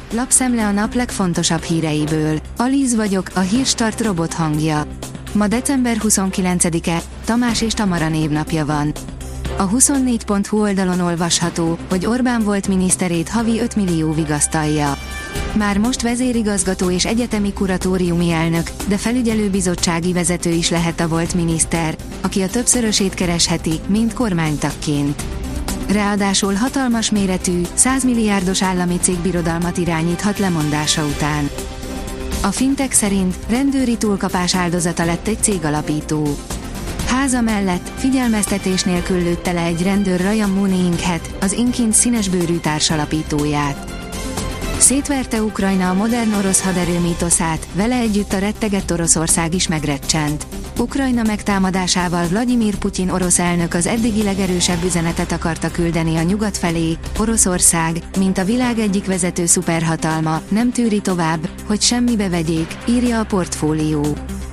Lapszemle a nap legfontosabb híreiből. Alíz vagyok, a Hírstart robot hangja. Ma december 29-e, Tamás és Tamara névnapja van. A 24.hu oldalon olvasható, hogy Orbán volt miniszterét havi 5 millió vigasztalja. Már most vezérigazgató és egyetemi kuratóriumi elnök, de felügyelőbizottsági vezető is lehet a volt miniszter, aki a többszörösét keresheti, mint kormánytagként. Ráadásul hatalmas méretű, 100 milliárdos állami cégbirodalmat irányíthat lemondása után. A Fintech szerint rendőri túlkapás áldozata lett egy cégalapító. Háza mellett figyelmeztetés nélkül lőtte le egy rendőr Ryan Mooney-Inkhet, az Inkint színesbőrű társalapítóját. Szétverte Ukrajna a modern orosz haderő mítoszát, vele együtt a rettegett Oroszország is megrecsent. Ukrajna megtámadásával Vladimir Putyin orosz elnök az eddigi legerősebb üzenetet akarta küldeni a nyugat felé: Oroszország, mint a világ egyik vezető szuperhatalma, nem tűri tovább, hogy semmibe vegyék, írja a Portfólió.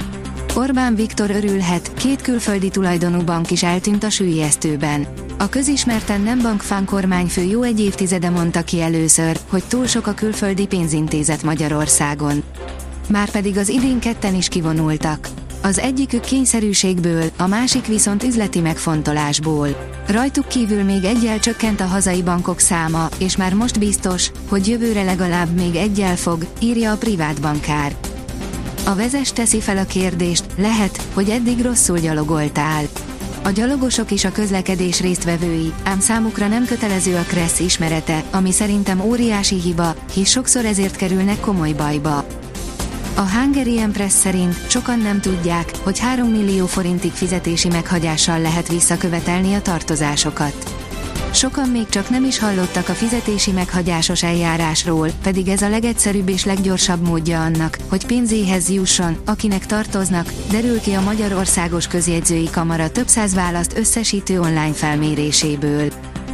Orbán Viktor örülhet, 2 külföldi tulajdonú bank is eltűnt a süllyesztőben. A közismerten nem bankfán kormányfő jó egy évtizede mondta ki először, hogy túl sok a külföldi pénzintézet Magyarországon. Márpedig az idén ketten is kivonultak. Az egyikük kényszerűségből, a másik viszont üzleti megfontolásból. Rajtuk kívül még egyel csökkent a hazai bankok száma, és már most biztos, hogy jövőre legalább még egyel fog, írja a privát bankár. A Vezes teszi fel a kérdést, lehet, hogy eddig rosszul gyalogoltál. A gyalogosok is a közlekedés résztvevői, ám számukra nem kötelező a KRESZ ismerete, ami szerintem óriási hiba, hisz sokszor ezért kerülnek komoly bajba. A Hungarian Press szerint sokan nem tudják, hogy 3 millió forintig fizetési meghagyással lehet visszakövetelni a tartozásokat. Sokan még csak nem is hallottak a fizetési meghagyásos eljárásról, pedig ez a legegyszerűbb és leggyorsabb módja annak, hogy pénzéhez jusson, akinek tartoznak, derül ki a Magyar Országos Közjegyzői Kamara több száz választ összesítő online felméréséből.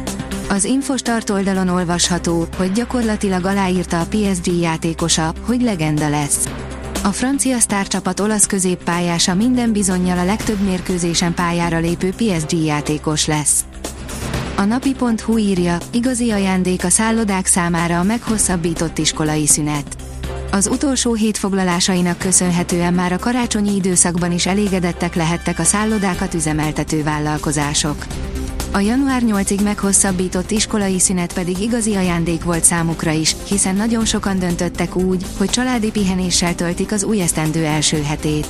Az Infostart oldalon olvasható, hogy gyakorlatilag aláírta a PSG játékosa, hogy legenda lesz. A francia sztárcsapat olasz középpályása minden bizonnyal a legtöbb mérkőzésen pályára lépő PSG játékos lesz. A napi.hu írja, igazi ajándék a szállodák számára a meghosszabbított iskolai szünet. Az utolsó hét foglalásainak köszönhetően már a karácsonyi időszakban is elégedettek lehettek a szállodákat üzemeltető vállalkozások. A január 8-ig meghosszabbított iskolai szünet pedig igazi ajándék volt számukra is, hiszen nagyon sokan döntöttek úgy, hogy családi pihenéssel töltik az új esztendő első hetét.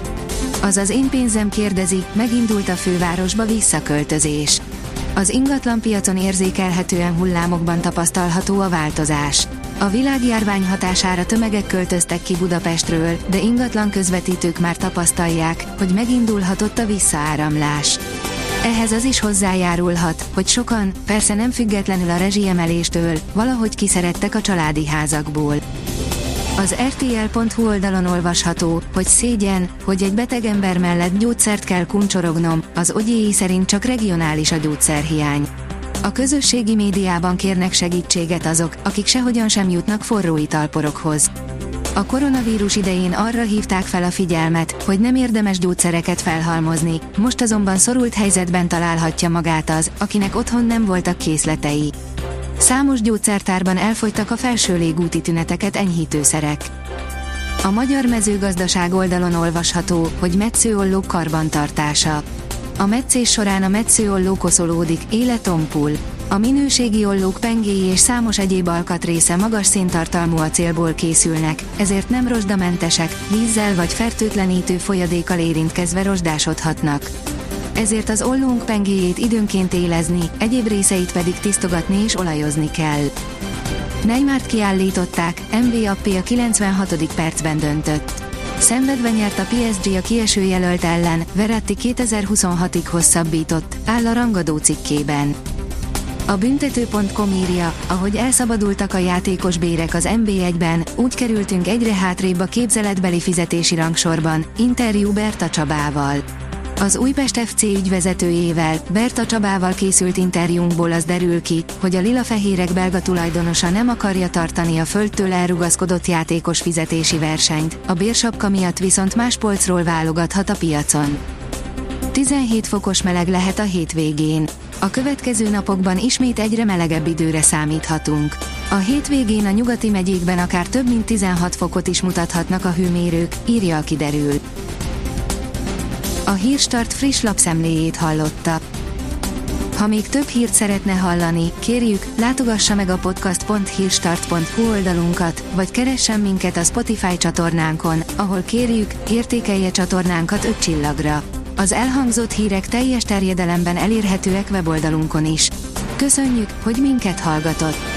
Azaz én pénzem kérdezi, megindult a fővárosba visszaköltözés. Az ingatlanpiacon érzékelhetően hullámokban tapasztalható a változás. A világjárvány hatására tömegek költöztek ki Budapestről, de ingatlan közvetítők már tapasztalják, hogy megindulhatott a visszaáramlás. Ehhez az is hozzájárulhat, hogy sokan, persze nem függetlenül a rezsiemeléstől, valahogy kiszerettek a családi házakból. Az RTL.hu oldalon olvasható, hogy szégyen, hogy egy beteg ember mellett gyógyszert kell kuncsorognom, az ogyéi szerint csak regionális a gyógyszerhiány. A közösségi médiában kérnek segítséget azok, akik sehogyan sem jutnak forró italporokhoz. A koronavírus idején arra hívták fel a figyelmet, hogy nem érdemes gyógyszereket felhalmozni, most azonban szorult helyzetben találhatja magát az, akinek otthon nem voltak készletei. Számos gyógyszertárban elfogytak a felső légúti tüneteket enyhítőszerek. A Magyar Mezőgazdaság oldalon olvasható, hogy metszőollók karbantartása. A metszés során a metszőolló koszolódik, éle tompul. A minőségi ollók pengéi és számos egyéb alkatrésze magas széntartalmú acélból készülnek, ezért nem rozsdamentesek, vízzel vagy fertőtlenítő folyadékkal érintkezve rozsdásodhatnak. Ezért az ollónk pengéjét időnként élezni, egyéb részeit pedig tisztogatni és olajozni kell. Neymart kiállították, Mbappé a 96. percben döntött. Szenvedve nyert a PSG a kieső jelölt ellen, Verratti 2026-ig hosszabbított, áll a rangadó cikkében. A büntető.com írja, ahogy elszabadultak a játékos bérek az NB1-ben, úgy kerültünk egyre hátrébb a képzeletbeli fizetési rangsorban, interjú Berta Csabával. Az Újpest FC ügyvezetőjével, Berta Csabával készült interjúnkból az derül ki, hogy a lilafehérek belga tulajdonosa nem akarja tartani a földtől elrugaszkodott játékos fizetési versenyt, a bérsapka miatt viszont más polcról válogathat a piacon. 17 fokos meleg lehet a hétvégén. A következő napokban ismét egyre melegebb időre számíthatunk. A hétvégén a nyugati megyékben akár több mint 16 fokot is mutathatnak a hőmérők, írja a Kiderül. A Hírstart friss lapszemléjét hallotta. Ha még több hírt szeretne hallani, kérjük, látogassa meg a podcast.hírstart.hu oldalunkat, vagy keressen minket a Spotify csatornánkon, ahol kérjük, értékelje csatornánkat 5 csillagra. Az elhangzott hírek teljes terjedelemben elérhetőek weboldalunkon is. Köszönjük, hogy minket hallgatott!